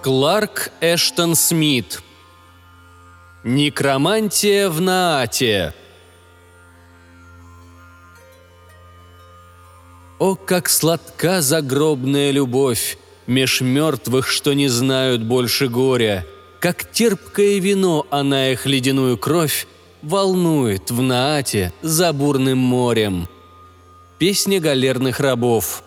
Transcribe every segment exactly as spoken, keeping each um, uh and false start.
Кларк Эштон Смит. Некромантия в Наате. О, как сладка загробная любовь меж мертвых, что не знают больше горя, как терпкое вино она их ледяную кровь волнует в Наате за бурным морем. Песня галерных рабов.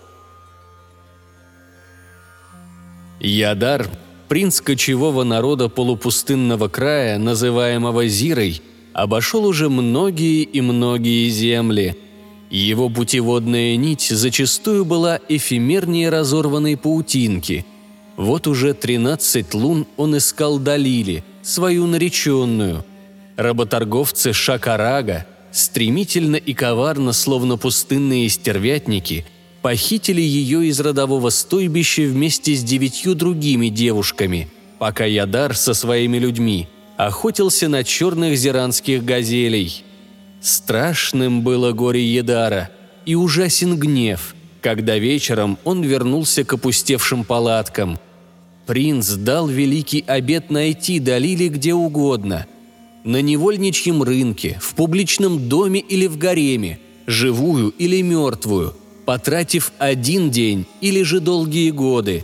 Ядар, принц кочевого народа полупустынного края, называемого Зирой, обошел уже многие и многие земли. Его путеводная нить зачастую была эфемернее разорванной паутинки. Вот уже тринадцать лун он искал Далили, свою нареченную. Работорговцы Шакарага, стремительно и коварно, словно пустынные стервятники, похитили ее из родового стойбища вместе с девятью другими девушками, пока Ядар со своими людьми охотился на черных зиранских газелей. Страшным было горе Ядара и ужасен гнев, когда вечером он вернулся к опустевшим палаткам. Принц дал великий обет найти Далили где угодно – на невольничьем рынке, в публичном доме или в гареме, живую или мертвую, потратив один день или же долгие годы.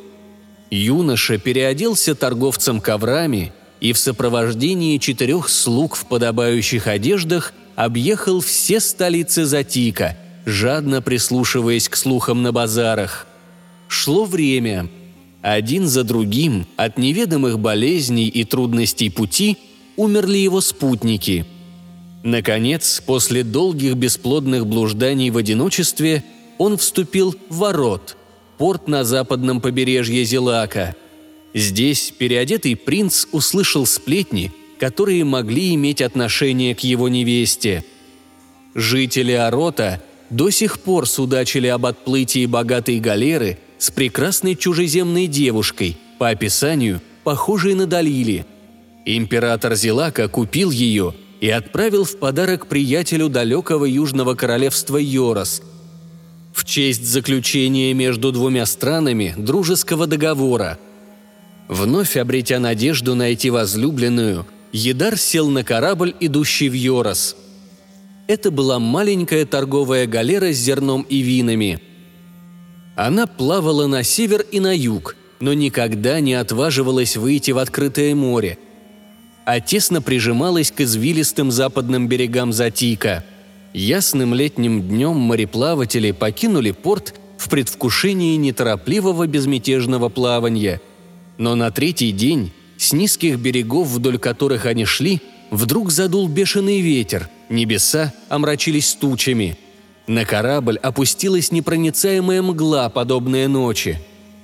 Юноша переоделся торговцем коврами и в сопровождении четырех слуг в подобающих одеждах объехал все столицы Затика, жадно прислушиваясь к слухам на базарах. Шло время. Один за другим от неведомых болезней и трудностей пути умерли его спутники. Наконец, после долгих бесплодных блужданий в одиночестве, он вступил в Ворот, порт на западном побережье Зелака. Здесь переодетый принц услышал сплетни, которые могли иметь отношение к его невесте. Жители Орота до сих пор судачили об отплытии богатой галеры с прекрасной чужеземной девушкой, по описанию похожей на Далили. Император Зелака купил ее и отправил в подарок приятелю далекого южного королевства Йорос в честь заключения между двумя странами дружеского договора. Вновь обретя надежду найти возлюбленную, Ядар сел на корабль, идущий в Йорос. Это была маленькая торговая галера с зерном и винами. Она плавала на север и на юг, но никогда не отваживалась выйти в открытое море, а тесно прижималась к извилистым западным берегам Затика. Ясным летним днем мореплаватели покинули порт в предвкушении неторопливого безмятежного плавания. Но на третий день с низких берегов, вдоль которых они шли, вдруг задул бешеный ветер, небеса омрачились тучами. На корабль опустилась непроницаемая мгла, подобная ночи.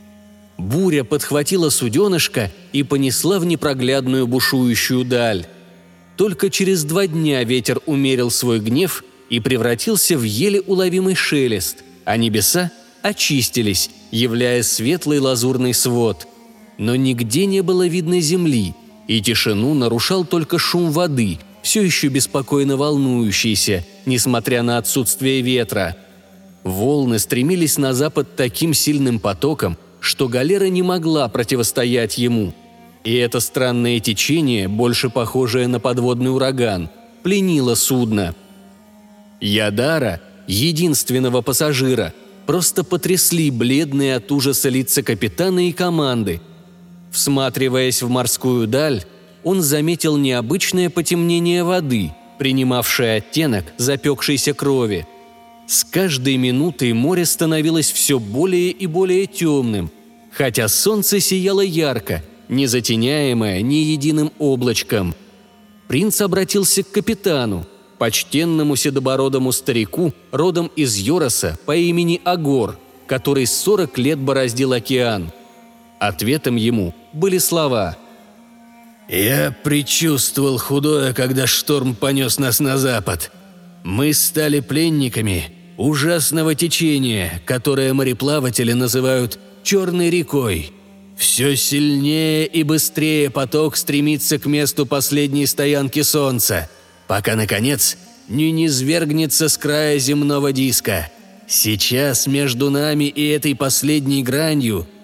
Буря подхватила суденышко и понесла в непроглядную бушующую даль. Только через два дня ветер умерил свой гнев и превратился в еле уловимый шелест, а небеса очистились, являя светлый лазурный свод. Но нигде не было видно земли, и тишину нарушал только шум воды, все еще беспокойно волнующийся, несмотря на отсутствие ветра. Волны стремились на запад таким сильным потоком, что галера не могла противостоять ему. И это странное течение, больше похожее на подводный ураган, пленило судно. Ядара, единственного пассажира, просто потрясли бледные от ужаса лица капитана и команды. Всматриваясь в морскую даль, он заметил необычное потемнение воды, принимавшее оттенок запекшейся крови. С каждой минутой море становилось все более и более темным, хотя солнце сияло ярко, не затеняемое ни единым облачком. Принц обратился к капитану, почтенному седобородому старику, родом из Йороса по имени Агор, который сорок лет бороздил океан. Ответом ему были слова: «Я предчувствовал худое, когда шторм понес нас на запад. Мы стали пленниками ужасного течения, которое мореплаватели называют «черной рекой». Все сильнее и быстрее поток стремится к месту последней стоянки солнца, пока, наконец, не низвергнется с края земного диска. Сейчас между нами и этой последней гранью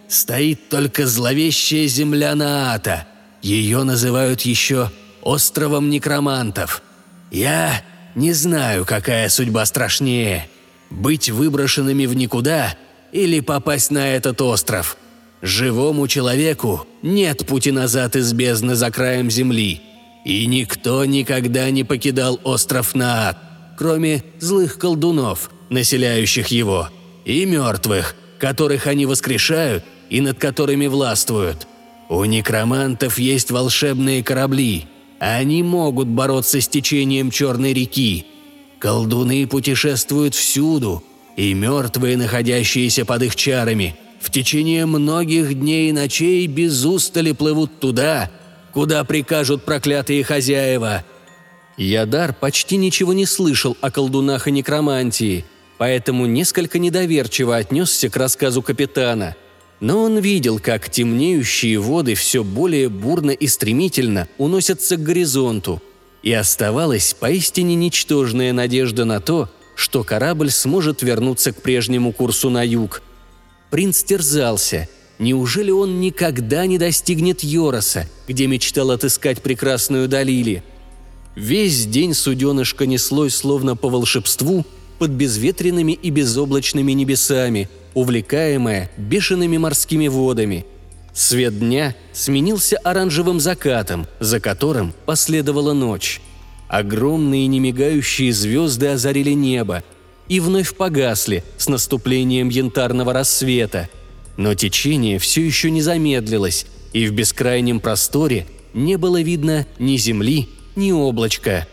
стоит только зловещая земля Наата. Ее называют еще островом некромантов. Я не знаю, какая судьба страшнее – быть выброшенными в никуда или попасть на этот остров. Живому человеку нет пути назад из бездны за краем земли, и никто никогда не покидал остров Наат, кроме злых колдунов, населяющих его, и мертвых, которых они воскрешают и над которыми властвуют. У некромантов есть волшебные корабли. Они могут бороться с течением Черной реки. Колдуны путешествуют всюду, и мертвые, находящиеся под их чарами, в течение многих дней и ночей без устали плывут туда, куда прикажут проклятые хозяева. Ядар почти ничего не слышал о колдунах и некромантии, поэтому несколько недоверчиво отнесся к рассказу капитана. Но он видел, как темнеющие воды все более бурно и стремительно уносятся к горизонту, и оставалась поистине ничтожная надежда на то, что корабль сможет вернуться к прежнему курсу на юг. Принц терзался. Неужели он никогда не достигнет Йороса, где мечтал отыскать прекрасную Далили? Весь день суденышко неслось словно по волшебству под безветренными и безоблачными небесами, увлекаемое бешеными морскими водами. Свет дня сменился оранжевым закатом, за которым последовала ночь. Огромные немигающие звезды озарили небо и вновь погасли с наступлением янтарного рассвета. Но течение все еще не замедлилось, и в бескрайнем просторе не было видно ни земли, ни облачка.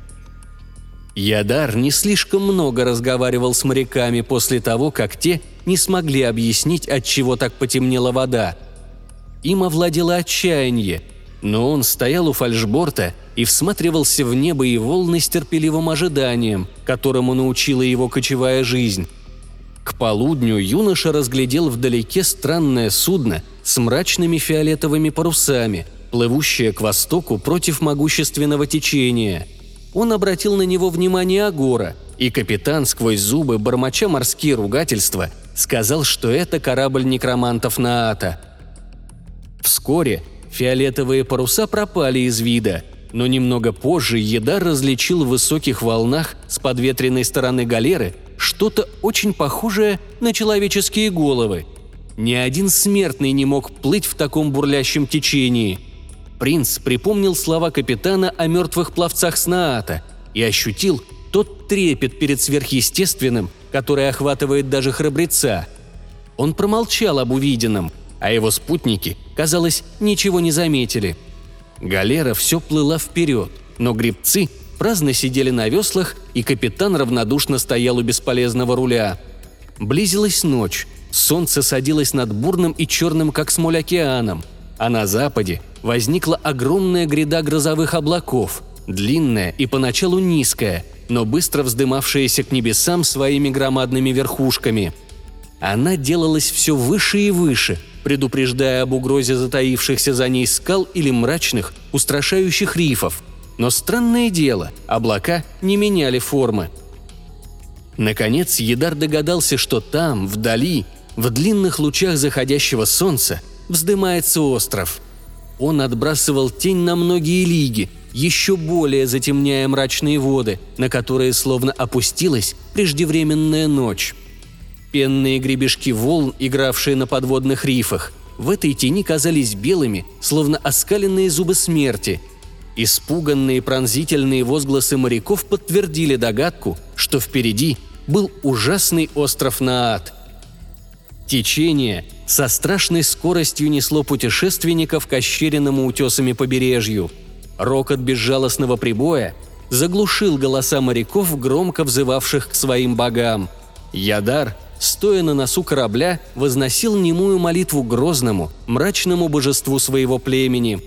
Ядар не слишком много разговаривал с моряками после того, как те не смогли объяснить, отчего так потемнела вода. Им овладело отчаяние, но он стоял у фальшборта и всматривался в небо и волны с терпеливым ожиданием, которому научила его кочевая жизнь. К полудню юноша разглядел вдалеке странное судно с мрачными фиолетовыми парусами, плывущее к востоку против могущественного течения. Он обратил на него внимание Агора, и капитан сквозь зубы, бормоча морские ругательства, сказал, что это корабль некромантов Наата. Вскоре фиолетовые паруса пропали из вида, но немного позже Ядар различил в высоких волнах с подветренной стороны галеры что-то очень похожее на человеческие головы. Ни один смертный не мог плыть в таком бурлящем течении. Принц припомнил слова капитана о мертвых пловцах с Наата и ощутил тот трепет перед сверхъестественным, который охватывает даже храбреца. Он промолчал об увиденном, а его спутники, казалось, ничего не заметили. Галера все плыла вперед, но гребцы праздно сидели на веслах, и капитан равнодушно стоял у бесполезного руля. Близилась ночь, солнце садилось над бурным и черным, как смоль, океаном, а на западе возникла огромная гряда грозовых облаков, длинная и поначалу низкая, но быстро вздымавшаяся к небесам своими громадными верхушками. Она делалась все выше и выше, предупреждая об угрозе затаившихся за ней скал или мрачных, устрашающих рифов. Но странное дело, облака не меняли формы. Наконец Ядар догадался, что там, вдали, в длинных лучах заходящего солнца, вздымается остров. Он отбрасывал тень на многие лиги, еще более затемняя мрачные воды, на которые словно опустилась преждевременная ночь. Пенные гребешки волн, игравшие на подводных рифах, в этой тени казались белыми, словно оскаленные зубы смерти. Испуганные пронзительные возгласы моряков подтвердили догадку, что впереди был ужасный остров Наат. Течение со страшной скоростью несло путешественников к ощеренному утесами побережью. Рокот безжалостного прибоя заглушил голоса моряков, громко взывавших к своим богам. Ядар, стоя на носу корабля, возносил немую молитву грозному, мрачному божеству своего племени.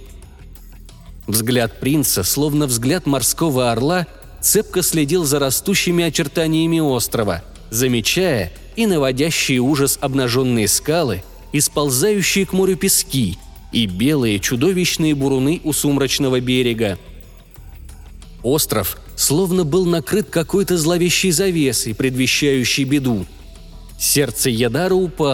Взгляд принца, словно взгляд морского орла, цепко следил за растущими очертаниями острова, замечая и наводящие ужас обнаженные скалы, и сползающие к морю пески, и белые чудовищные буруны у сумрачного берега. Остров словно был накрыт какой-то зловещей завесой, предвещающей беду. Сердце Ядара упало,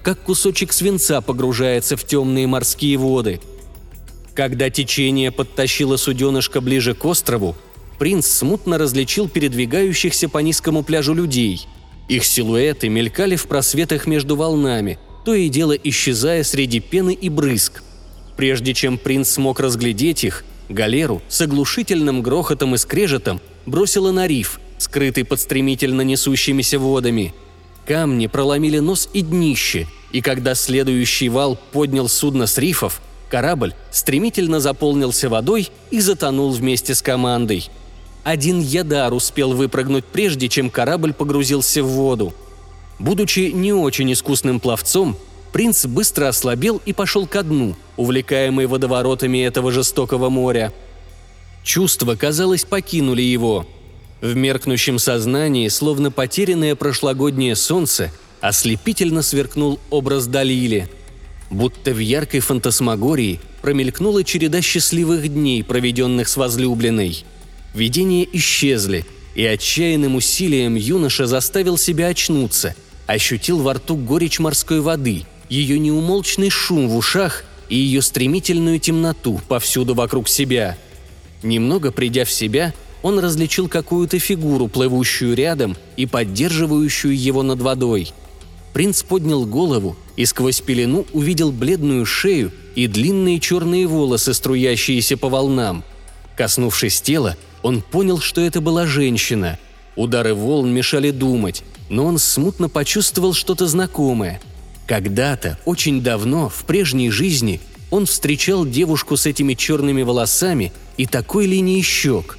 как кусочек свинца погружается в темные морские воды. Когда течение подтащило суденышко ближе к острову, принц смутно различил передвигающихся по низкому пляжу людей. Их силуэты мелькали в просветах между волнами, то и дело исчезая среди пены и брызг. Прежде чем принц смог разглядеть их, галеру с оглушительным грохотом и скрежетом бросило на риф, скрытый под стремительно несущимися водами. Камни проломили нос и днище, и когда следующий вал поднял судно с рифов, корабль стремительно заполнился водой и затонул вместе с командой. Один Ядар успел выпрыгнуть прежде, чем корабль погрузился в воду. Будучи не очень искусным пловцом, принц быстро ослабел и пошел ко дну, увлекаемый водоворотами этого жестокого моря. Чувства, казалось, покинули его. В меркнущем сознании, словно потерянное прошлогоднее солнце, ослепительно сверкнул образ Далили. Будто в яркой фантасмагории промелькнула череда счастливых дней, проведенных с возлюбленной. Видения исчезли, и отчаянным усилием юноша заставил себя очнуться, ощутил во рту горечь морской воды, ее неумолчный шум в ушах и ее стремительную темноту повсюду вокруг себя. Немного придя в себя, он различил какую-то фигуру, плывущую рядом и поддерживающую его над водой. Принц поднял голову и сквозь пелену увидел бледную шею и длинные черные волосы, струящиеся по волнам. Коснувшись тела, он понял, что это была женщина. Удары волн мешали думать, но он смутно почувствовал что-то знакомое. Когда-то, очень давно, в прежней жизни, он встречал девушку с этими черными волосами и такой линией щек.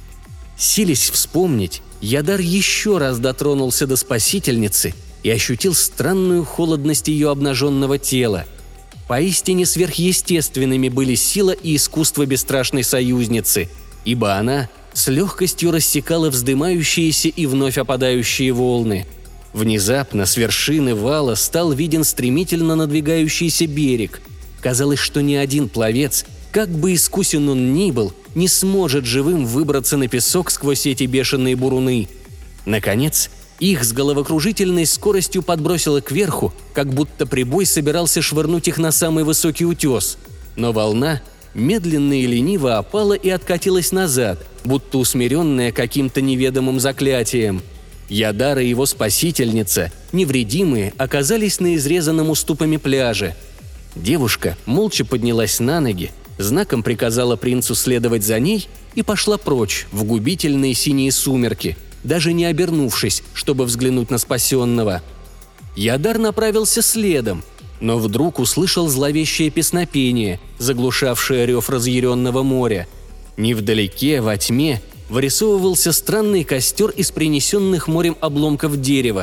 Силясь вспомнить, Ядар еще раз дотронулся до спасительницы и ощутил странную холодность ее обнаженного тела. Поистине сверхъестественными были сила и искусство бесстрашной союзницы, ибо она с легкостью рассекала вздымающиеся и вновь опадающие волны. Внезапно с вершины вала стал виден стремительно надвигающийся берег. Казалось, что ни один пловец, как бы искусен он ни был, не сможет живым выбраться на песок сквозь эти бешеные буруны. Наконец, их с головокружительной скоростью подбросило кверху, как будто прибой собирался швырнуть их на самый высокий утес. Но волна медленно и лениво опала и откатилась назад, будто усмиренная каким-то неведомым заклятием. Ядар и его спасительница, невредимые, оказались на изрезанном уступами пляже. Девушка молча поднялась на ноги, знаком приказала принцу следовать за ней и пошла прочь в губительные синие сумерки, даже не обернувшись, чтобы взглянуть на спасенного. Ядар направился следом, но вдруг услышал зловещее песнопение, заглушавшее рев разъяренного моря. Невдалеке, во тьме, вырисовывался странный костер из принесенных морем обломков дерева.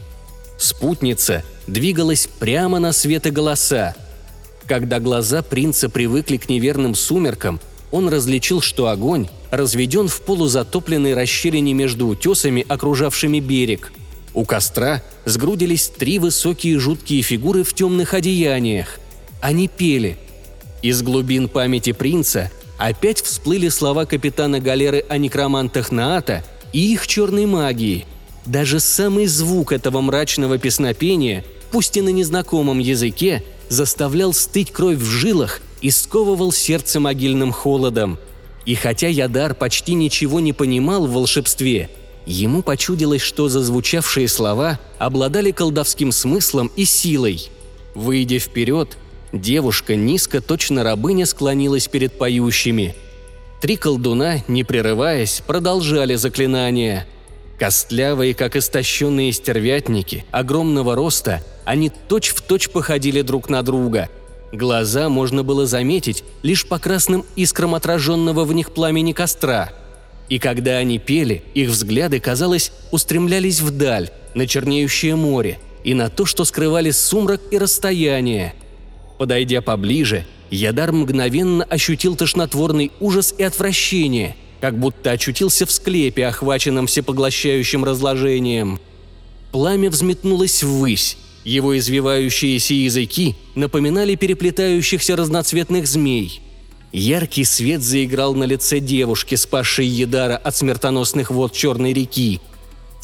Спутница двигалась прямо на свет и голоса. Когда глаза принца привыкли к неверным сумеркам, он различил, что огонь разведен в полузатопленной расщелине между утесами, окружавшими берег. У костра сгрудились три высокие жуткие фигуры в темных одеяниях. Они пели. Из глубин памяти принца опять всплыли слова капитана галеры о некромантах Наата и их черной магии. Даже самый звук этого мрачного песнопения, пусть и на незнакомом языке, заставлял стыть кровь в жилах и сковывал сердце могильным холодом. И хотя Ядар почти ничего не понимал в волшебстве, ему почудилось, что зазвучавшие слова обладали колдовским смыслом и силой. Выйдя вперед, девушка низко, точно рабыня, склонилась перед поющими. Три колдуна, не прерываясь, продолжали заклинания. Костлявые, как истощенные стервятники, огромного роста, они точь-в-точь походили друг на друга. Глаза можно было заметить лишь по красным искрам отраженного в них пламени костра. И когда они пели, их взгляды, казалось, устремлялись вдаль, на чернеющее море и на то, что скрывали сумрак и расстояние. Подойдя поближе, Ядар мгновенно ощутил тошнотворный ужас и отвращение, как будто очутился в склепе, охваченном всепоглощающим разложением. Пламя взметнулось ввысь, его извивающиеся языки напоминали переплетающихся разноцветных змей. Яркий свет заиграл на лице девушки, спасшей Ядара от смертоносных вод Черной реки.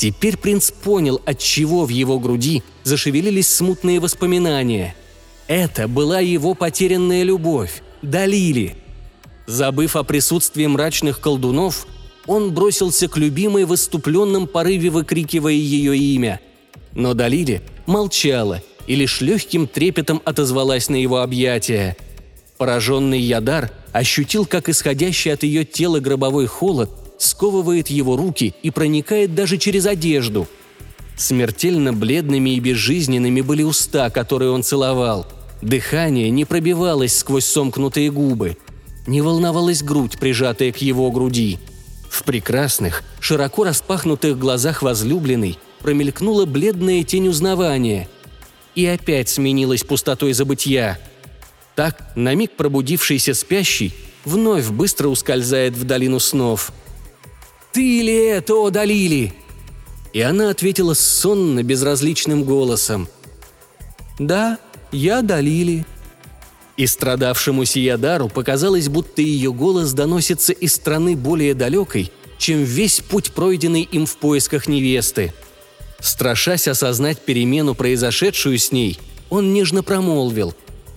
Теперь принц понял, отчего в его груди зашевелились смутные воспоминания. Это была его потерянная любовь – Далили. Забыв о присутствии мрачных колдунов, он бросился к любимой в исступленном порыве, выкрикивая ее имя. Но Далили молчала и лишь легким трепетом отозвалась на его объятия. Пораженный Ядар ощутил, как исходящий от ее тела гробовой холод сковывает его руки и проникает даже через одежду. Смертельно бледными и безжизненными были уста, которые он целовал. Дыхание не пробивалось сквозь сомкнутые губы. Не волновалась грудь, прижатая к его груди. В прекрасных, широко распахнутых глазах возлюбленной промелькнула бледная тень узнавания. И опять сменилась пустотой забытья. Так, на миг пробудившийся спящий вновь быстро ускользает в долину снов. «Ты ли это, о Далили?» И она ответила сонно, безразличным голосом. «Да, я Далили». И страдавшемуся Ядару показалось, будто ее голос доносится из страны более далекой, чем весь путь, пройденный им в поисках невесты. Страшась осознать перемену, произошедшую с ней, он нежно промолвил.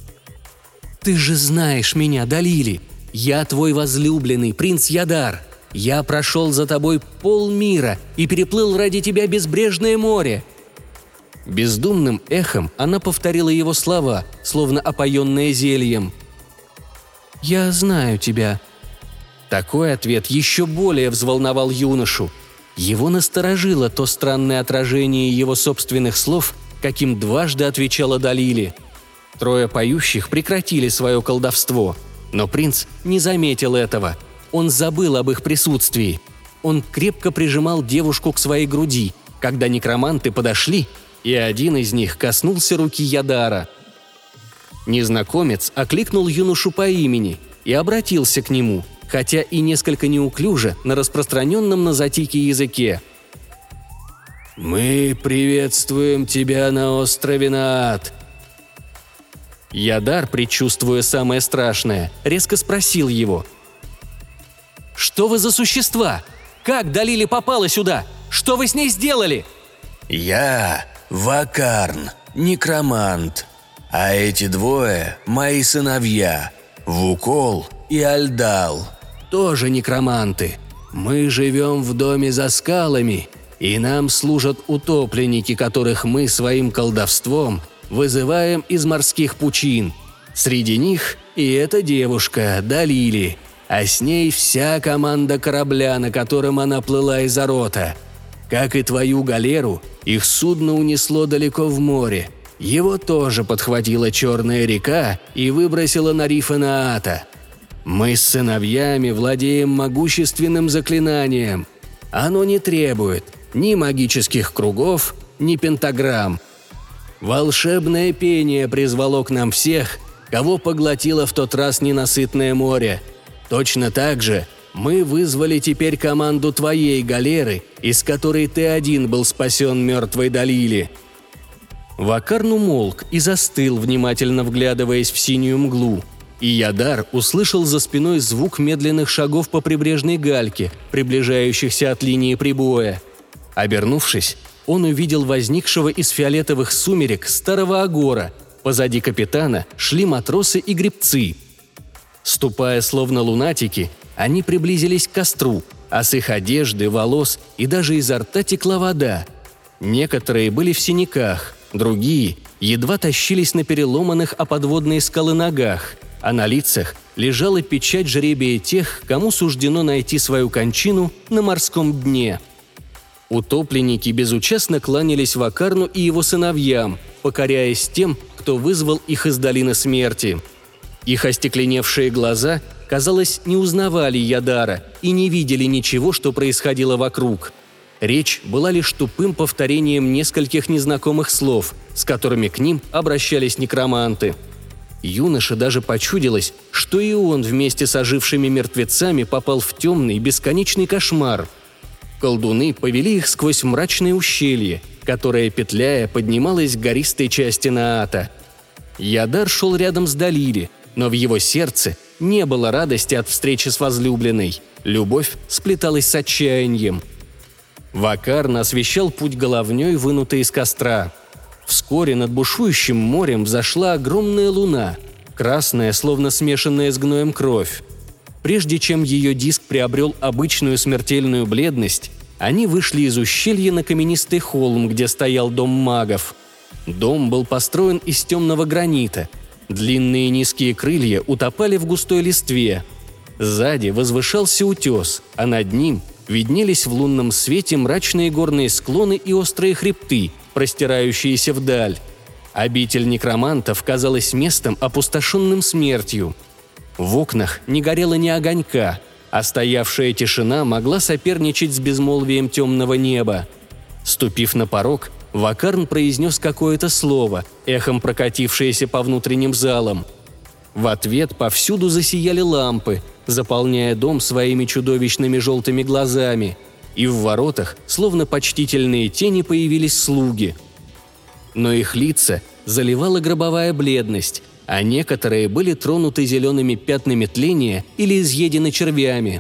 «Ты же знаешь меня, Далили. Я твой возлюбленный, принц Ядар. Я прошел за тобой полмира и переплыл ради тебя безбрежное море». Бездумным эхом она повторила его слова, словно опоенная зельем. «Я знаю тебя». Такой ответ еще более взволновал юношу. Его насторожило то странное отражение его собственных слов, каким дважды отвечала Далили. Трое поющих прекратили свое колдовство, но принц не заметил этого. Он забыл об их присутствии. Он крепко прижимал девушку к своей груди, когда некроманты подошли, и один из них коснулся руки Ядара. Незнакомец окликнул юношу по имени и обратился к нему, хотя и несколько неуклюже на распространенном на Затике языке. «Мы приветствуем тебя на острове Наат». Ядар, предчувствуя самое страшное, резко спросил его. «Что вы за существа? Как Далили попала сюда? Что вы с ней сделали?» «Я Вакарн, некромант, а эти двое – мои сыновья, Вукол и Альдал, тоже некроманты. Мы живем в доме за скалами, и нам служат утопленники, которых мы своим колдовством вызываем из морских пучин. Среди них и эта девушка, Далили, а с ней вся команда корабля, на котором она плыла из Арота. Как и твою галеру, их судно унесло далеко в море. Его тоже подхватила Черная река и выбросила на рифы Наата. Мы с сыновьями владеем могущественным заклинанием. Оно не требует ни магических кругов, ни пентаграмм. Волшебное пение призвало к нам всех, кого поглотило в тот раз ненасытное море. Точно так же мы вызвали теперь команду твоей галеры, из которой ты один был спасен мертвой Далили». Вакарн умолк и застыл, внимательно вглядываясь в синюю мглу, и Ядар услышал за спиной звук медленных шагов по прибрежной гальке, приближающихся от линии прибоя. Обернувшись, он увидел возникшего из фиолетовых сумерек старого агора. Позади капитана шли матросы и гребцы. Ступая словно лунатики, они приблизились к костру, а с их одежды, волос и даже изо рта текла вода. Некоторые были в синяках, другие едва тащились на переломанных о подводные скалы ногах, а на лицах лежала печать жребия тех, кому суждено найти свою кончину на морском дне. Утопленники безучастно кланялись Вакарну и его сыновьям, покоряясь тем, кто вызвал их из долины смерти. Их остекленевшие глаза, казалось, не узнавали Ядара и не видели ничего, что происходило вокруг. Речь была лишь тупым повторением нескольких незнакомых слов, с которыми к ним обращались некроманты. Юноше даже почудилось, что и он вместе с ожившими мертвецами попал в темный бесконечный кошмар. Колдуны повели их сквозь мрачное ущелье, которое, петляя, поднималось к гористой части Наата. Ядар шел рядом с Далили, но в его сердце не было радости от встречи с возлюбленной. Любовь сплеталась с отчаянием. Вакарн освещал путь головней, вынутой из костра. Вскоре над бушующим морем взошла огромная луна, красная, словно смешанная с гноем кровь. Прежде чем ее диск приобрел обычную смертельную бледность, они вышли из ущелья на каменистый холм, где стоял дом магов. Дом был построен из темного гранита. Длинные низкие крылья утопали в густой листве. Сзади возвышался утес, а над ним виднелись в лунном свете мрачные горные склоны и острые хребты, простирающиеся вдаль. Обитель некромантов казалась местом, опустошенным смертью. В окнах не горело ни огонька, а стоявшая тишина могла соперничать с безмолвием темного неба. Ступив на порог, Вакарн произнес какое-то слово, эхом прокатившееся по внутренним залам. В ответ повсюду засияли лампы, заполняя дом своими чудовищными желтыми глазами, и в воротах, словно почтительные тени, появились слуги. Но их лица заливала гробовая бледность, а некоторые были тронуты зелеными пятнами тления или изъедены червями.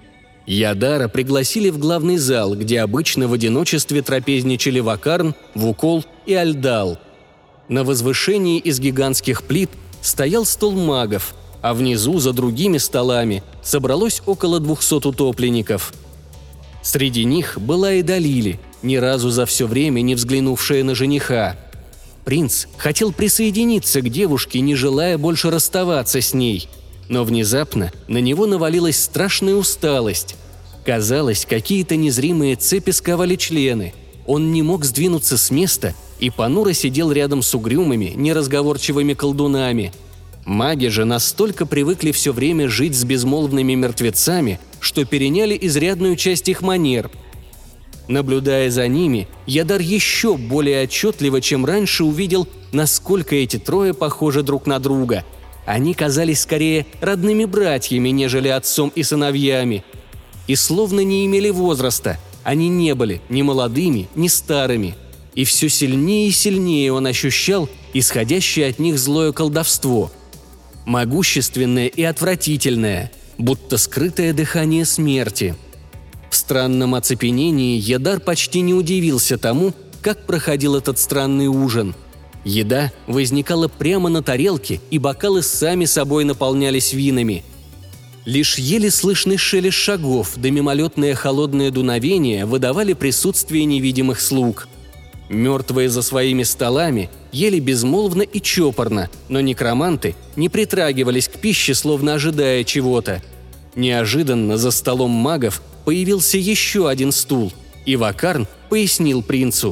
Ядара пригласили в главный зал, где обычно в одиночестве трапезничали Вакарн, Вукол и Альдал. На возвышении из гигантских плит стоял стол магов, а внизу, за другими столами, собралось около двухсот утопленников. Среди них была и Далили, ни разу за все время не взглянувшая на жениха. Принц хотел присоединиться к девушке, не желая больше расставаться с ней, но внезапно на него навалилась страшная усталость. Казалось, какие-то незримые цепи сковали члены. Он не мог сдвинуться с места и понуро сидел рядом с угрюмыми, неразговорчивыми колдунами. Маги же настолько привыкли все время жить с безмолвными мертвецами, что переняли изрядную часть их манер. Наблюдая за ними, Ядар еще более отчетливо, чем раньше, увидел, насколько эти трое похожи друг на друга. Они казались скорее родными братьями, нежели отцом и сыновьями. И словно не имели возраста, они не были ни молодыми, ни старыми. И все сильнее и сильнее он ощущал исходящее от них злое колдовство. Могущественное и отвратительное, будто скрытое дыхание смерти. В странном оцепенении Ядар почти не удивился тому, как проходил этот странный ужин. Еда возникала прямо на тарелке, и бокалы сами собой наполнялись винами. Лишь еле слышный шелест шагов да мимолетное холодное дуновение выдавали присутствие невидимых слуг. Мертвые за своими столами ели безмолвно и чопорно, но некроманты не притрагивались к пище, словно ожидая чего-то. Неожиданно за столом магов появился еще один стул, и Вакарн пояснил принцу.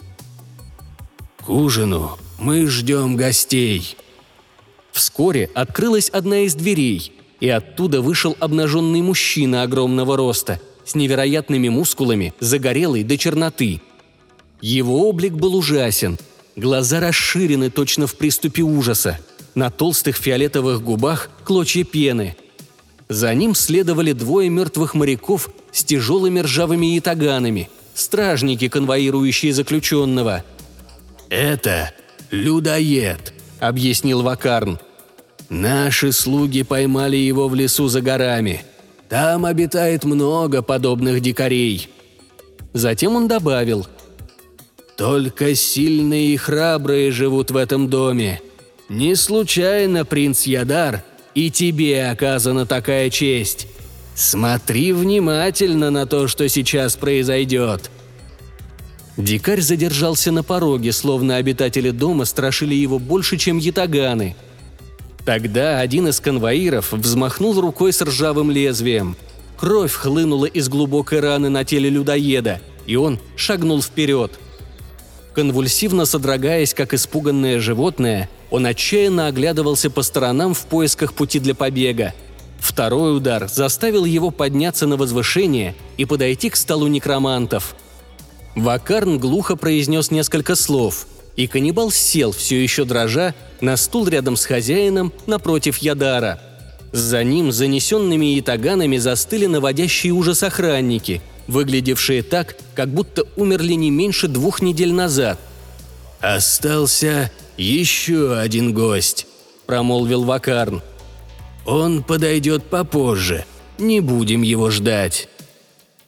«К ужину мы ждем гостей». Вскоре открылась одна из дверей, и оттуда вышел обнаженный мужчина огромного роста, с невероятными мускулами, загорелый до черноты. Его облик был ужасен, глаза расширены точно в приступе ужаса, на толстых фиолетовых губах клочья пены. За ним следовали двое мертвых моряков с тяжелыми ржавыми ятаганами, стражники, конвоирующие заключенного. «Это людоед», — объяснил Вакарн. «Наши слуги поймали его в лесу за горами. Там обитает много подобных дикарей». Затем он добавил: «Только сильные и храбрые живут в этом доме. Не случайно, принц Ядар, и тебе оказана такая честь. Смотри внимательно на то, что сейчас произойдет». Дикарь задержался на пороге, словно обитатели дома страшили его больше, чем ятаганы. Тогда один из конвоиров взмахнул рукой с ржавым лезвием. Кровь хлынула из глубокой раны на теле людоеда, и он шагнул вперед. Конвульсивно содрогаясь, как испуганное животное, он отчаянно оглядывался по сторонам в поисках пути для побега. Второй удар заставил его подняться на возвышение и подойти к столу некромантов. Вакарн глухо произнес несколько слов, и каннибал сел, все еще дрожа, на стул рядом с хозяином напротив Ядара. За ним занесенными ятаганами застыли наводящие ужас охранники, выглядевшие так, как будто умерли не меньше двух недель назад. «Остался еще один гость», – промолвил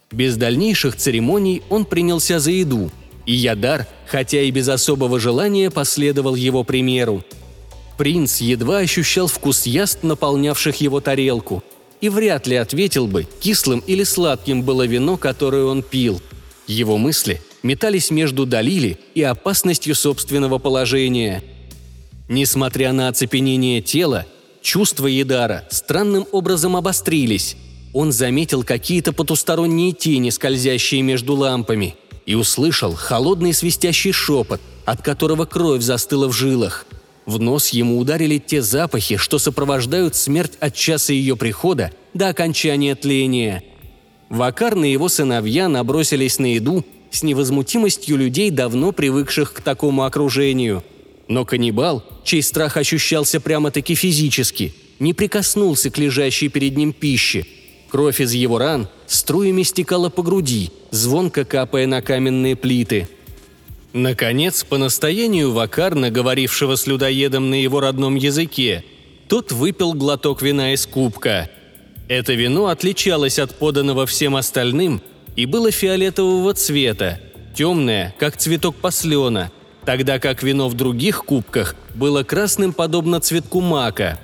Без дальнейших церемоний он принялся за еду, и Ядар, хотя и без особого желания, последовал его примеру. Принц едва ощущал вкус яств, наполнявших его тарелку, и вряд ли ответил бы, кислым или сладким было вино, которое он пил. Его мысли метались между Далили и опасностью собственного положения. Несмотря на оцепенение тела, чувства Ядара странным образом обострились. Он заметил какие-то потусторонние тени, скользящие между лампами, и услышал холодный свистящий шепот, от которого кровь застыла в жилах. В нос ему ударили те запахи, что сопровождают смерть от часа ее прихода до окончания тления. Вакарн и его сыновья набросились на еду с невозмутимостью людей, давно привыкших к такому окружению. Но каннибал, чей страх ощущался прямо-таки физически, не прикоснулся к лежащей перед ним пище. Кровь из его ран струями стекала по груди, звонко капая на каменные плиты. Наконец, по настоянию Вакарна, говорившего с людоедом на его родном языке, тот выпил глоток вина из кубка. Это вино отличалось от поданного всем остальным и было фиолетового цвета, темное, как цветок паслена, тогда как вино в других кубках было красным, подобно цветку мака.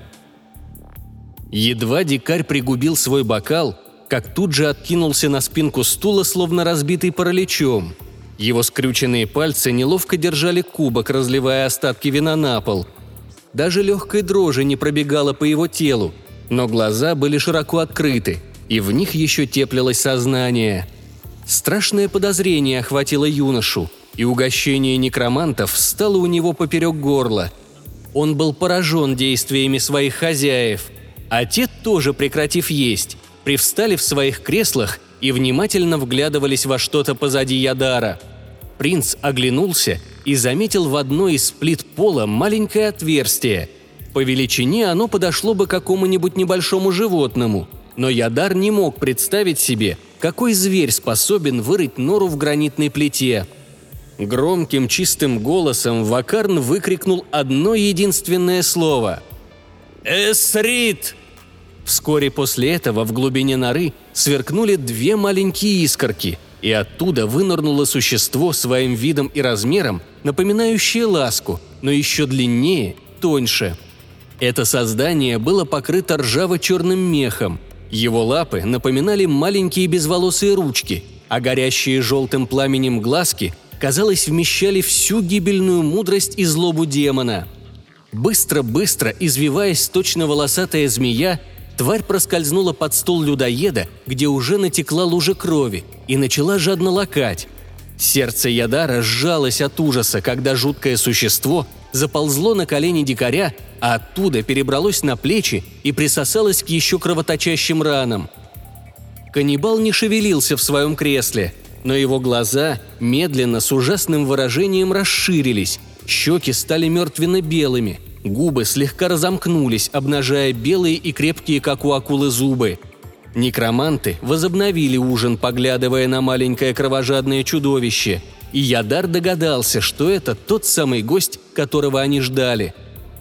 Едва дикарь пригубил свой бокал, как тут же откинулся на спинку стула, словно разбитый параличом. Его скрюченные пальцы неловко держали кубок, разливая остатки вина на пол. Даже легкой дрожи не пробегала по его телу, но глаза были широко открыты, и в них еще теплилось сознание. Страшное подозрение охватило юношу, и угощение некромантов стало у него поперек горла. Он был поражен действиями своих хозяев, а те, тоже прекратив есть, привстали в своих креслах и внимательно вглядывались во что-то позади Ядара. Принц оглянулся и заметил в одной из плит пола маленькое отверстие. По величине оно подошло бы какому-нибудь небольшому животному, но Ядар не мог представить себе, какой зверь способен вырыть нору в гранитной плите. Громким чистым голосом Вакарн выкрикнул одно единственное слово – «Эсрит!». Вскоре после этого в глубине норы сверкнули две маленькие искорки, и оттуда вынырнуло существо своим видом и размером, напоминающее ласку, но еще длиннее, тоньше. Это создание было покрыто ржаво-черным мехом. Его лапы напоминали маленькие безволосые ручки, а горящие желтым пламенем глазки, казалось, вмещали всю гибельную мудрость и злобу демона. Быстро-быстро, извиваясь точно волосатая змея, тварь проскользнула под стол людоеда, где уже натекла лужа крови, и начала жадно лакать. Сердце Ядара сжалось от ужаса, когда жуткое существо заползло на колени дикаря, а оттуда перебралось на плечи и присосалось к еще кровоточащим ранам. Каннибал не шевелился в своем кресле, но его глаза медленно с ужасным выражением расширились, щеки стали мертвенно-белыми, губы слегка разомкнулись, обнажая белые и крепкие, как у акулы, зубы. Некроманты возобновили ужин, поглядывая на маленькое кровожадное чудовище, и Ядар догадался, что это тот самый гость, которого они ждали.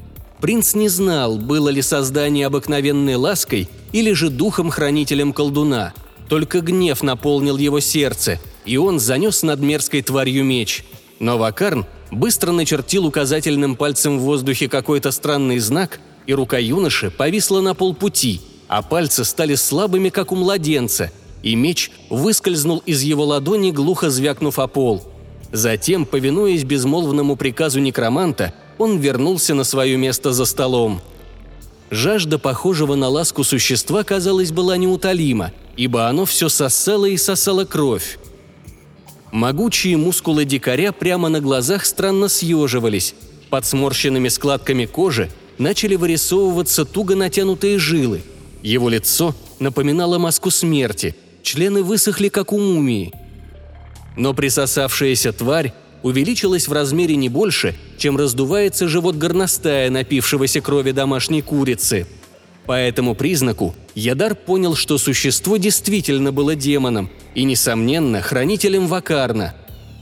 Принц не знал, было ли создание обыкновенной лаской или же духом-хранителем колдуна. Только гнев наполнил его сердце, и он занес над мерзкой тварью меч. Но Вакарн быстро начертил указательным пальцем в воздухе какой-то странный знак, и рука юноши повисла на полпути, а пальцы стали слабыми, как у младенца, и меч выскользнул из его ладони, глухо звякнув о пол. Затем, повинуясь безмолвному приказу некроманта, он вернулся на свое место за столом. Жажда похожего на ласку существа, казалось, была неутолима, ибо оно все сосало и сосало кровь. Могучие мускулы дикаря прямо на глазах странно съеживались. Под сморщенными складками кожи начали вырисовываться туго натянутые жилы. Его лицо напоминало маску смерти, члены высохли, как у мумии. Но присосавшаяся тварь увеличилась в размере не больше, чем раздувается живот горностая, напившегося крови домашней курицы. По этому признаку Ядар понял, что существо действительно было демоном и, несомненно, хранителем Вакарна.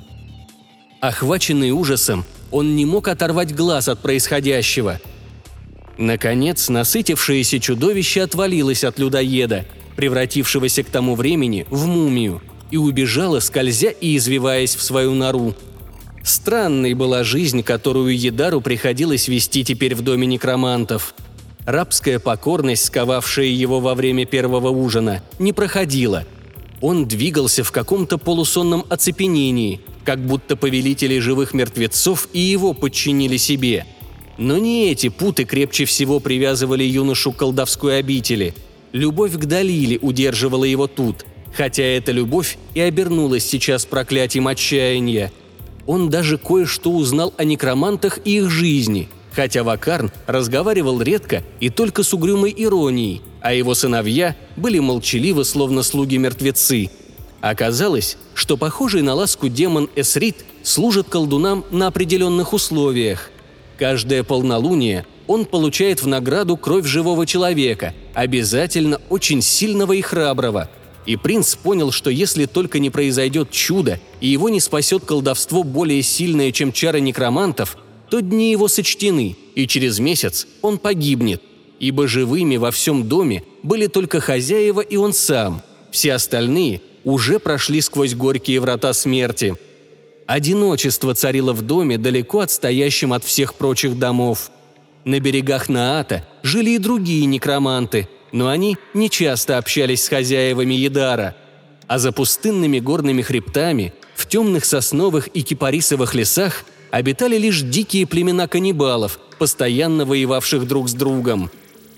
Охваченный ужасом, он не мог оторвать глаз от происходящего. Наконец, насытившееся чудовище отвалилось от людоеда, превратившегося к тому времени в мумию, и убежала, скользя и извиваясь в свою нору. Странной была жизнь, которую Ядару приходилось вести теперь в доме некромантов. Рабская покорность, сковавшая его во время первого ужина, не проходила. Он двигался в каком-то полусонном оцепенении, как будто повелители живых мертвецов и его подчинили себе. Но не эти путы крепче всего привязывали юношу к колдовской обители. Любовь к Далиле удерживала его тут, хотя эта любовь и обернулась сейчас проклятием отчаяния. Он даже кое-что узнал о некромантах и их жизни, хотя Вакарн разговаривал редко и только с угрюмой иронией, а его сыновья были молчаливы, словно слуги-мертвецы. Оказалось, что похожий на ласку демон Эсрит служит колдунам на определенных условиях. Каждое полнолуние он получает в награду кровь живого человека, обязательно очень сильного и храброго. И принц понял, что если только не произойдет чудо и его не спасет колдовство более сильное, чем чары некромантов, то дни его сочтены, и через месяц он погибнет, ибо живыми во всем доме были только хозяева и он сам. Все остальные уже прошли сквозь горькие врата смерти. Одиночество царило в доме, далеко отстоящем от всех прочих домов. На берегах Наата жили и другие некроманты, но они нечасто общались с хозяевами Ядара. А за пустынными горными хребтами, в темных сосновых и кипарисовых лесах обитали лишь дикие племена каннибалов, постоянно воевавших друг с другом.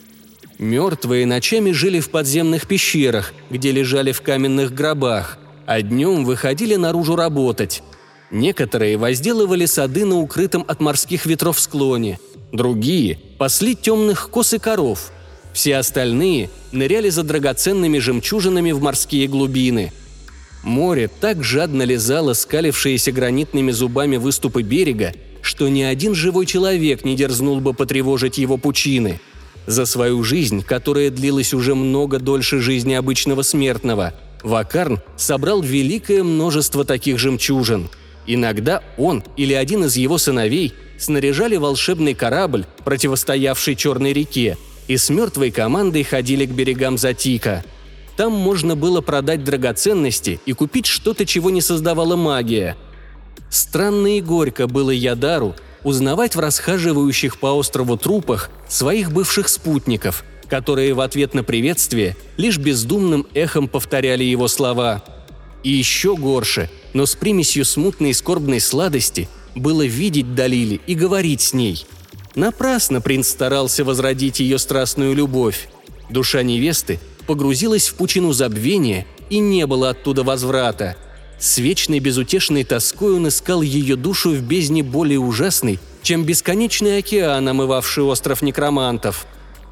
Мертвые ночами жили в подземных пещерах, где лежали в каменных гробах, а днем выходили наружу работать. Некоторые возделывали сады на укрытом от морских ветров склоне, другие пасли темных коз и коров. Все остальные ныряли за драгоценными жемчужинами в морские глубины. Море так жадно лизало скалившиеся гранитными зубами выступы берега, что ни один живой человек не дерзнул бы потревожить его пучины. За свою жизнь, которая длилась уже много дольше жизни обычного смертного, Вакарн собрал великое множество таких жемчужин. Иногда он или один из его сыновей снаряжали волшебный корабль, противостоявший Черной реке, и с мертвой командой ходили к берегам Затика. Там можно было продать драгоценности и купить что-то, чего не создавала магия. Странно и горько было Ядару узнавать в расхаживающих по острову трупах своих бывших спутников, которые в ответ на приветствие лишь бездумным эхом повторяли его слова. И еще горше, но с примесью смутной и скорбной сладости, было видеть Далили и говорить с ней. Напрасно принц старался возродить ее страстную любовь. Душа невесты погрузилась в пучину забвения, и не было оттуда возврата. С вечной безутешной тоской он искал ее душу в бездне более ужасной, чем бесконечный океан, омывавший остров некромантов.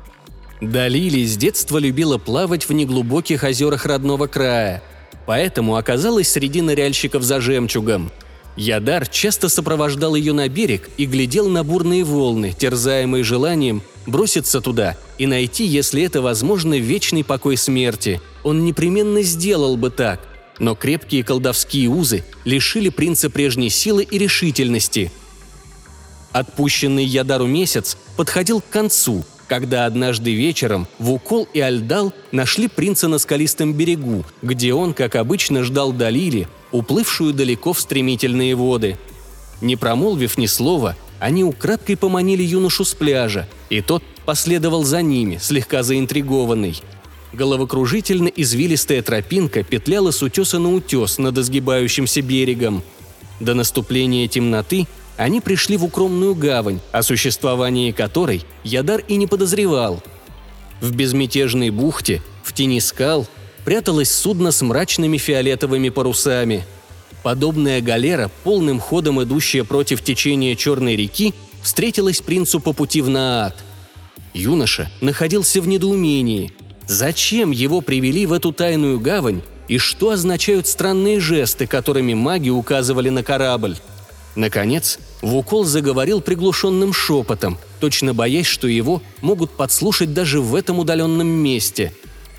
Далили с детства любила плавать в неглубоких озерах родного края, поэтому оказалась среди ныряльщиков за жемчугом. Ядар часто сопровождал ее на берег и глядел на бурные волны, терзаемые желанием броситься туда и найти, если это возможно, вечный покой смерти. Он непременно сделал бы так, но крепкие колдовские узы лишили принца прежней силы и решительности. Отпущенный Ядару месяц подходил к концу, когда однажды вечером Вукол и Альдал нашли принца на скалистом берегу, где он, как обычно, ждал Далили, уплывшую далеко в стремительные воды. Не промолвив ни слова, они украдкой поманили юношу с пляжа, и тот последовал за ними, слегка заинтригованный. Головокружительно извилистая тропинка петляла с утеса на утес над изгибающимся берегом. До наступления темноты они пришли в укромную гавань, о существовании которой Ядар и не подозревал. В безмятежной бухте, в тени скал, пряталось судно с мрачными фиолетовыми парусами. Подобная галера, полным ходом идущая против течения Черной реки, встретилась принцу по пути в Наат. Юноша находился в недоумении. Зачем его привели в эту тайную гавань и что означают странные жесты, которыми маги указывали на корабль? Наконец, Вукол заговорил приглушенным шепотом, точно боясь, что его могут подслушать даже в этом удаленном месте.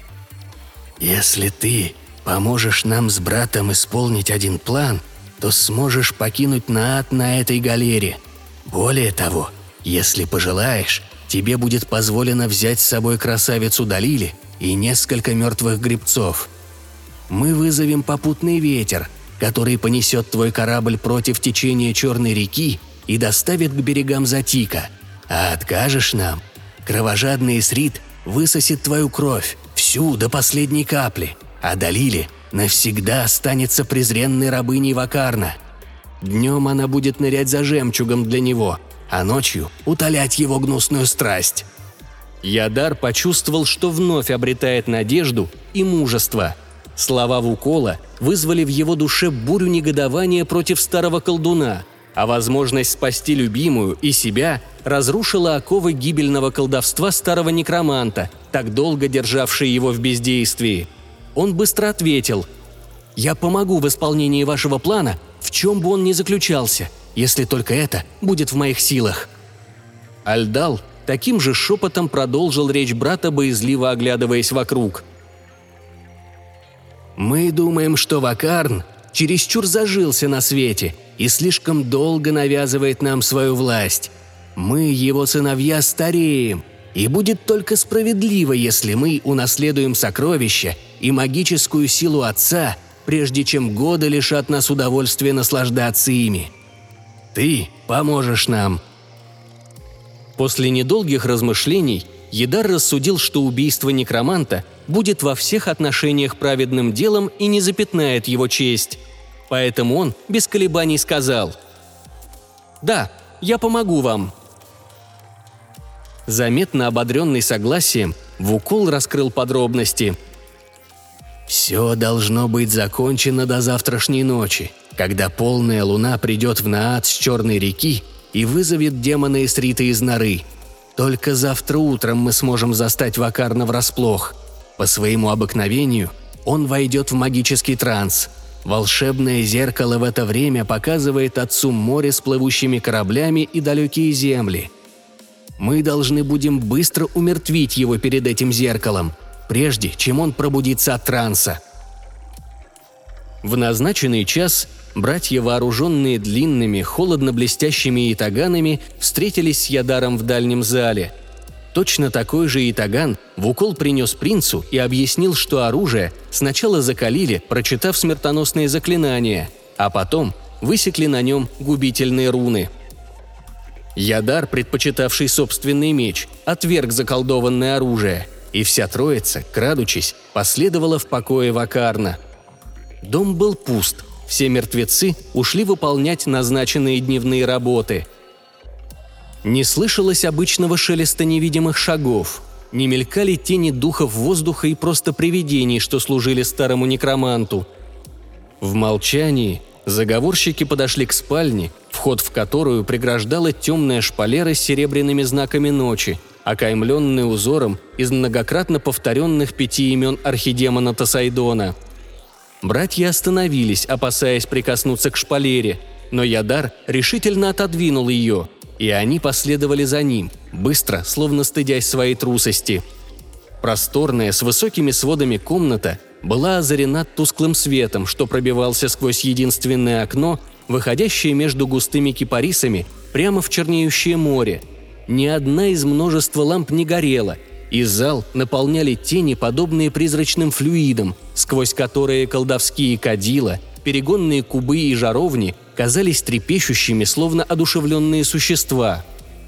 «Если ты поможешь нам с братом исполнить один план, то сможешь покинуть Наат на этой галере. Более того, если пожелаешь, тебе будет позволено взять с собой красавицу Далили и несколько мертвых гребцов». Мы вызовем попутный ветер, который понесет твой корабль против течения Черной реки и доставит к берегам Затика. А откажешь нам, кровожадный Исрит высосет твою кровь, всю до последней капли, а Далиле навсегда останется презренной рабыней Вакарна. Днем она будет нырять за жемчугом для него, а ночью утолять его гнусную страсть». Ядар почувствовал, что вновь обретает надежду и мужество. Слова Вукола вызвали в его душе бурю негодования против старого колдуна, а возможность спасти любимую и себя разрушила оковы гибельного колдовства старого некроманта, так долго державшей его в бездействии. Он быстро ответил: «Я помогу в исполнении вашего плана, в чем бы он ни заключался, если только это будет в моих силах». Альдал таким же шепотом продолжил речь брата, боязливо оглядываясь вокруг. «Мы думаем, что Вакарн чересчур зажился на свете и слишком долго навязывает нам свою власть. Мы, его сыновья, стареем, и будет только справедливо, если мы унаследуем сокровища и магическую силу отца, прежде чем годы лишат нас удовольствия наслаждаться ими. Ты поможешь нам». После недолгих размышлений Ядар рассудил, что убийство некроманта будет во всех отношениях праведным делом и не запятнает его честь. Поэтому он без колебаний сказал: «Да, я помогу вам». Заметно ободренный согласием, Вукол раскрыл подробности. «Все должно быть закончено до завтрашней ночи, когда полная луна придет в Наат с Черной реки и вызовет демона Исрита из норы. Только завтра утром мы сможем застать Вакарна врасплох. По своему обыкновению он войдет в магический транс. Волшебное зеркало в это время показывает отцу море с плывущими кораблями и далекие земли. Мы должны будем быстро умертвить его перед этим зеркалом, прежде чем он пробудится от транса». В назначенный час братья, вооруженные длинными, холодно-блестящими ятаганами, встретились с Ядаром в дальнем зале. Точно такой же ятаган Вукол принес принцу и объяснил, что оружие сначала закалили, прочитав смертоносные заклинания, а потом высекли на нем губительные руны. Ядар, предпочитавший собственный меч, отверг заколдованное оружие, и вся троица, крадучись, последовала в покое Вакарна. Дом был пуст, все мертвецы ушли выполнять назначенные дневные работы. Не слышалось обычного шелеста невидимых шагов, не мелькали тени духов воздуха и просто привидений, что служили старому некроманту. В молчании заговорщики подошли к спальне, вход в которую преграждала темная шпалера с серебряными знаками ночи, окаймленная узором из многократно повторенных пяти имен архидемона Тосайдона. Братья остановились, опасаясь прикоснуться к шпалере, но Ядар решительно отодвинул ее, и они последовали за ним, быстро, словно стыдясь своей трусости. Просторная, с высокими сводами комната была озарена тусклым светом, что пробивался сквозь единственное окно, выходящее между густыми кипарисами прямо в чернеющее море. Ни одна из множества ламп не горела, и зал наполняли тени, подобные призрачным флюидам, сквозь которые колдовские кадила, перегонные кубы и жаровни казались трепещущими, словно одушевленные существа.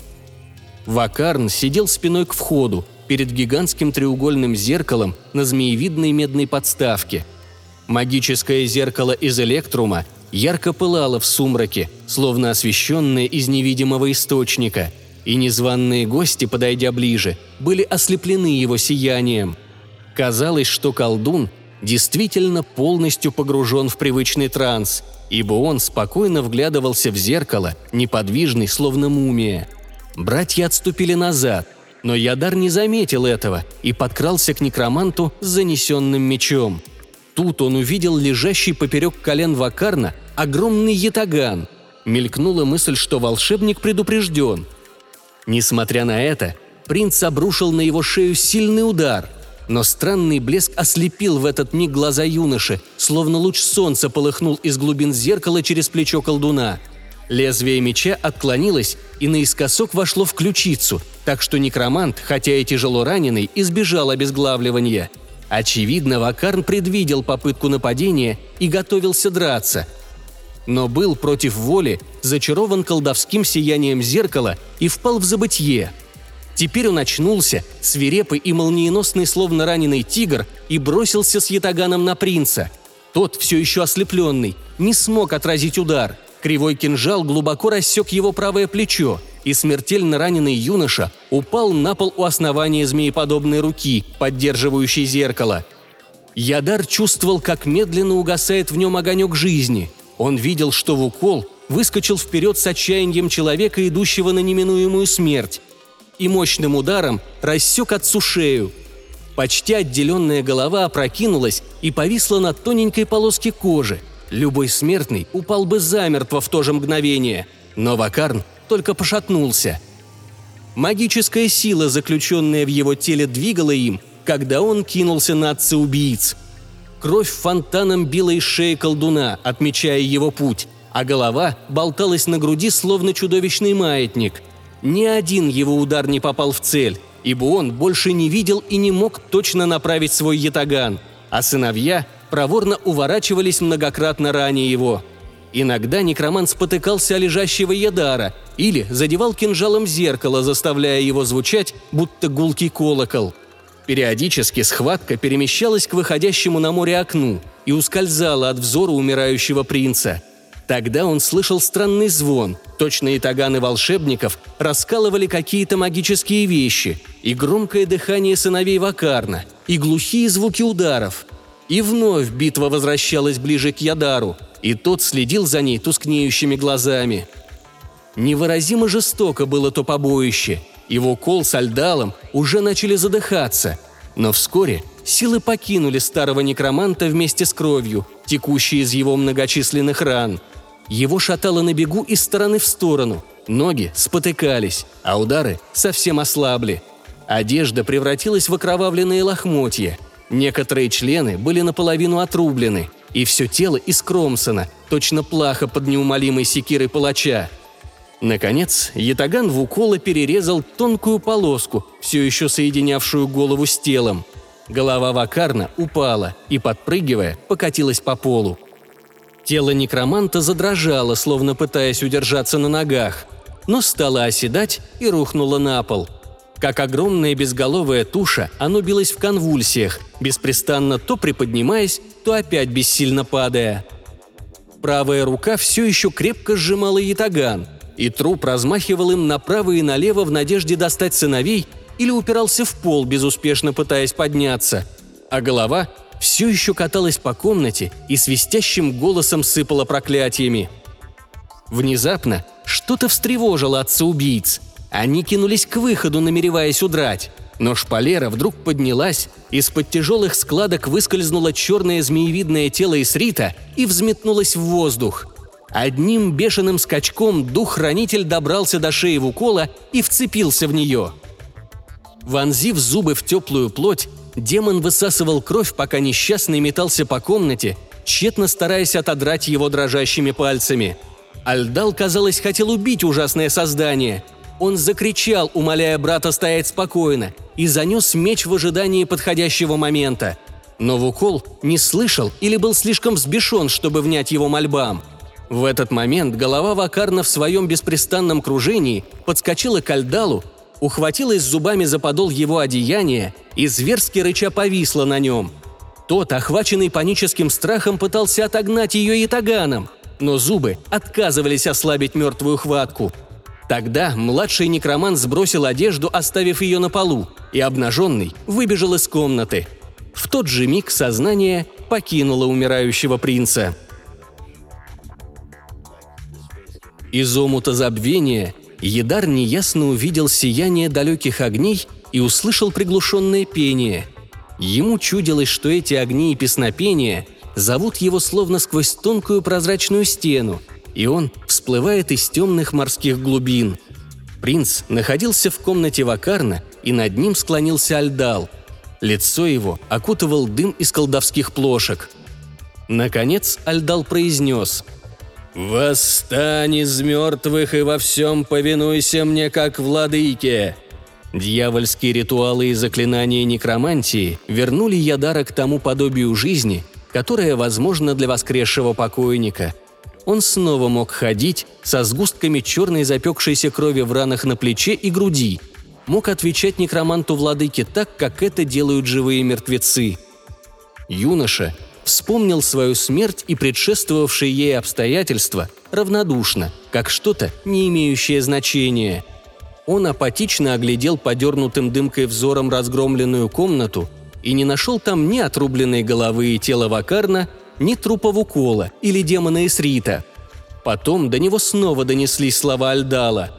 Вакарн сидел спиной к входу, перед гигантским треугольным зеркалом на змеевидной медной подставке. Магическое зеркало из электрума ярко пылало в сумраке, словно освещенное из невидимого источника, и незваные гости, подойдя ближе, были ослеплены его сиянием. Казалось, что колдун действительно полностью погружен в привычный транс, ибо он спокойно вглядывался в зеркало, неподвижный, словно мумия. Братья отступили назад, но Ядар не заметил этого и подкрался к некроманту с занесенным мечом. Тут он увидел лежащий поперек колен Вакарна огромный ятаган. Мелькнула мысль, что волшебник предупрежден. Несмотря на это, принц обрушил на его шею сильный удар, но странный блеск ослепил в этот миг глаза юноши, словно луч солнца полыхнул из глубин зеркала через плечо колдуна. Лезвие меча отклонилось и наискосок вошло в ключицу, так что некромант, хотя и тяжело раненый, избежал обезглавливания. Очевидно, Вакарн предвидел попытку нападения и готовился драться. Но был против воли зачарован колдовским сиянием зеркала и впал в забытье. Теперь он очнулся, свирепый и молниеносный, словно раненый тигр, и бросился с ятаганом на принца. Тот, все еще ослепленный, не смог отразить удар. Кривой кинжал глубоко рассек его правое плечо, и смертельно раненый юноша упал на пол у основания змееподобной руки, поддерживающей зеркало. Ядар чувствовал, как медленно угасает в нем огонек жизни. Он видел, что Вукол выскочил вперед с отчаянием человека, идущего на неминуемую смерть, и мощным ударом рассек отцу шею. Почти отделенная голова опрокинулась и повисла на тоненькой полоске кожи. Любой смертный упал бы замертво в то же мгновение, но Вакарн только пошатнулся. Магическая сила, заключенная в его теле, двигала им, когда он кинулся на отца-убийц. Кровь фонтаном била из шеи колдуна, отмечая его путь, а голова болталась на груди, словно чудовищный маятник. Ни один его удар не попал в цель, ибо он больше не видел и не мог точно направить свой ятаган, а сыновья проворно уворачивались многократно ранее его. Иногда некромант спотыкался о лежащего Ядара или задевал кинжалом зеркало, заставляя его звучать, будто гулкий колокол. Периодически схватка перемещалась к выходящему на море окну и ускользала от взора умирающего принца. Тогда он слышал странный звон, точно ятаганы волшебников раскалывали какие-то магические вещи, и громкое дыхание сыновей Вакарна, и глухие звуки ударов. И вновь битва возвращалась ближе к Ядару, и тот следил за ней тускнеющими глазами. Невыразимо жестоко было то побоище, и Вукол с Альдалом уже начали задыхаться, но вскоре силы покинули старого некроманта вместе с кровью, текущей из его многочисленных ран. Его шатало на бегу из стороны в сторону, ноги спотыкались, а удары совсем ослабли. Одежда превратилась в окровавленные лохмотья. Некоторые члены были наполовину отрублены, и все тело искромсано, точно плаха под неумолимой секирой палача. Наконец, ятаган Вукола перерезал тонкую полоску, все еще соединявшую голову с телом. Голова Вакарна упала и, подпрыгивая, покатилась по полу. Тело некроманта задрожало, словно пытаясь удержаться на ногах, но стало оседать и рухнуло на пол. Как огромная безголовая туша, оно билось в конвульсиях, беспрестанно то приподнимаясь, то опять бессильно падая. Правая рука все еще крепко сжимала ятаган, и труп размахивал им направо и налево в надежде достать сыновей или упирался в пол, безуспешно пытаясь подняться, а голова все еще каталась по комнате и свистящим голосом сыпала проклятиями. Внезапно что-то встревожило отца-убийц. Они кинулись к выходу, намереваясь удрать. Но шпалера вдруг поднялась, из-под тяжелых складок выскользнуло черное змеевидное тело Исрита и взметнулось в воздух. Одним бешеным скачком дух-хранитель добрался до шеи Вукола и вцепился в нее. Вонзив зубы в теплую плоть, демон высасывал кровь, пока несчастный метался по комнате, тщетно стараясь отодрать его дрожащими пальцами. Альдал, казалось, хотел убить ужасное создание. Он закричал, умоляя брата стоять спокойно, и занес меч в ожидании подходящего момента. Но Вукол не слышал или был слишком взбешен, чтобы внять его мольбам. В этот момент голова Вакарна в своем беспрестанном кружении подскочила к Альдалу, ухватилась зубами за подол его одеяния и зверски рыча повисла на нем. Тот, охваченный паническим страхом, пытался отогнать ее ятаганом, но зубы отказывались ослабить мертвую хватку. Тогда младший некромант сбросил одежду, оставив ее на полу, и обнаженный выбежал из комнаты. В тот же миг сознание покинуло умирающего принца. Из омута забвения Ядар неясно увидел сияние далеких огней и услышал приглушенное пение. Ему чудилось, что эти огни и песнопения зовут его словно сквозь тонкую прозрачную стену, и он всплывает из темных морских глубин. Принц находился в комнате Вакарна, и над ним склонился Альдал. Лицо его окутывал дым из колдовских плошек. Наконец Альдал произнес: «Восстань из мертвых и во всем повинуйся мне как владыке!» Дьявольские ритуалы и заклинания некромантии вернули Ядара к тому подобию жизни, которое возможно для воскресшего покойника. Он снова мог ходить со сгустками черной запекшейся крови в ранах на плече и груди, мог отвечать некроманту-владыке так, как это делают живые мертвецы. Юноша вспомнил свою смерть и предшествовавшие ей обстоятельства равнодушно, как что-то, не имеющее значения. Он апатично оглядел подернутым дымкой взором разгромленную комнату и не нашел там ни отрубленной головы и тела Вакарна, ни трупа Вукола или демона Исрита. Потом до него снова донеслись слова Альдала: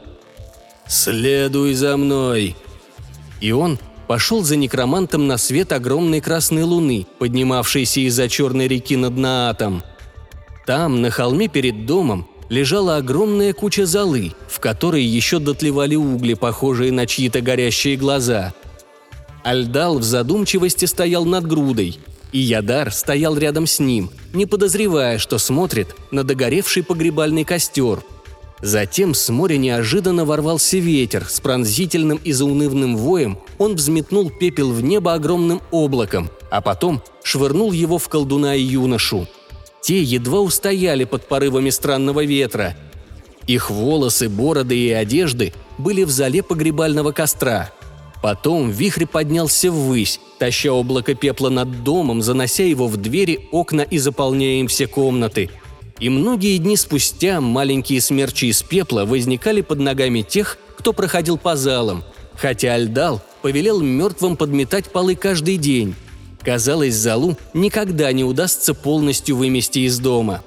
«Следуй за мной!» И он пошел за некромантом на свет огромной красной луны, поднимавшейся из-за черной реки над Наатом. Там, на холме перед домом, лежала огромная куча золы, в которой еще дотлевали угли, похожие на чьи-то горящие глаза. Альдал в задумчивости стоял над грудой, и Ядар стоял рядом с ним, не подозревая, что смотрит на догоревший погребальный костер. Затем с моря неожиданно ворвался ветер, с пронзительным и заунывным воем он взметнул пепел в небо огромным облаком, а потом швырнул его в колдуна и юношу. Те едва устояли под порывами странного ветра. Их волосы, бороды и одежды были в золе погребального костра. Потом вихрь поднялся ввысь, таща облако пепла над домом, занося его в двери, окна и заполняя им все комнаты. И многие дни спустя маленькие смерчи из пепла возникали под ногами тех, кто проходил по залам, хотя Альдал повелел мертвым подметать полы каждый день. Казалось, залу никогда не удастся полностью вымести из дома.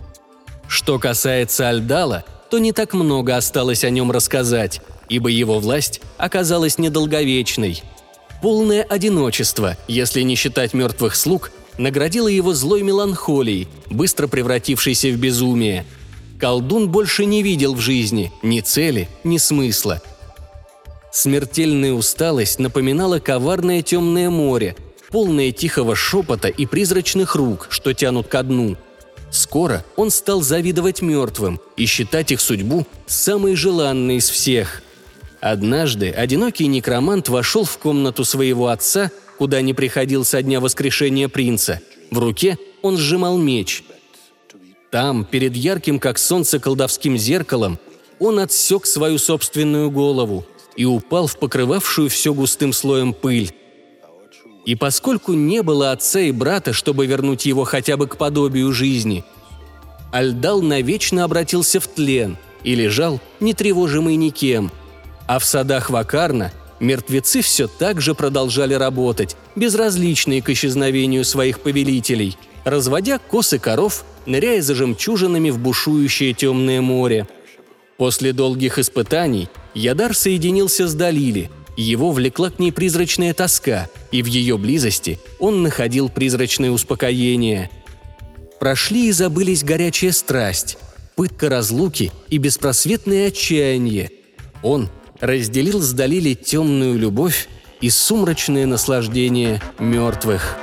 Что касается Альдала, то не так много осталось о нем рассказать, ибо его власть оказалась недолговечной. Полное одиночество, если не считать мертвых слуг, наградило его злой меланхолией, быстро превратившейся в безумие. Колдун больше не видел в жизни ни цели, ни смысла. Смертельная усталость напоминала коварное темное море, полное тихого шепота и призрачных рук, что тянут ко дну. Скоро он стал завидовать мертвым и считать их судьбу самой желанной из всех. Однажды одинокий некромант вошел в комнату своего отца, куда не приходил со дня воскрешения принца. В руке он сжимал меч. Там, перед ярким, как солнце, колдовским зеркалом, он отсек свою собственную голову и упал в покрывавшую все густым слоем пыль. И поскольку не было отца и брата, чтобы вернуть его хотя бы к подобию жизни, Альдал навечно обратился в тлен и лежал, не тревожимый никем. А в садах Вакарна мертвецы все так же продолжали работать, безразличные к исчезновению своих повелителей, разводя косы коров, ныряя за жемчужинами в бушующее темное море. После долгих испытаний Ядар соединился с Далили, его влекла к ней призрачная тоска, и в ее близости он находил призрачное успокоение. Прошли и забылись горячая страсть, пытка разлуки и беспросветное отчаяние. Он разделил с Далили темную любовь и сумрачное наслаждение мертвых.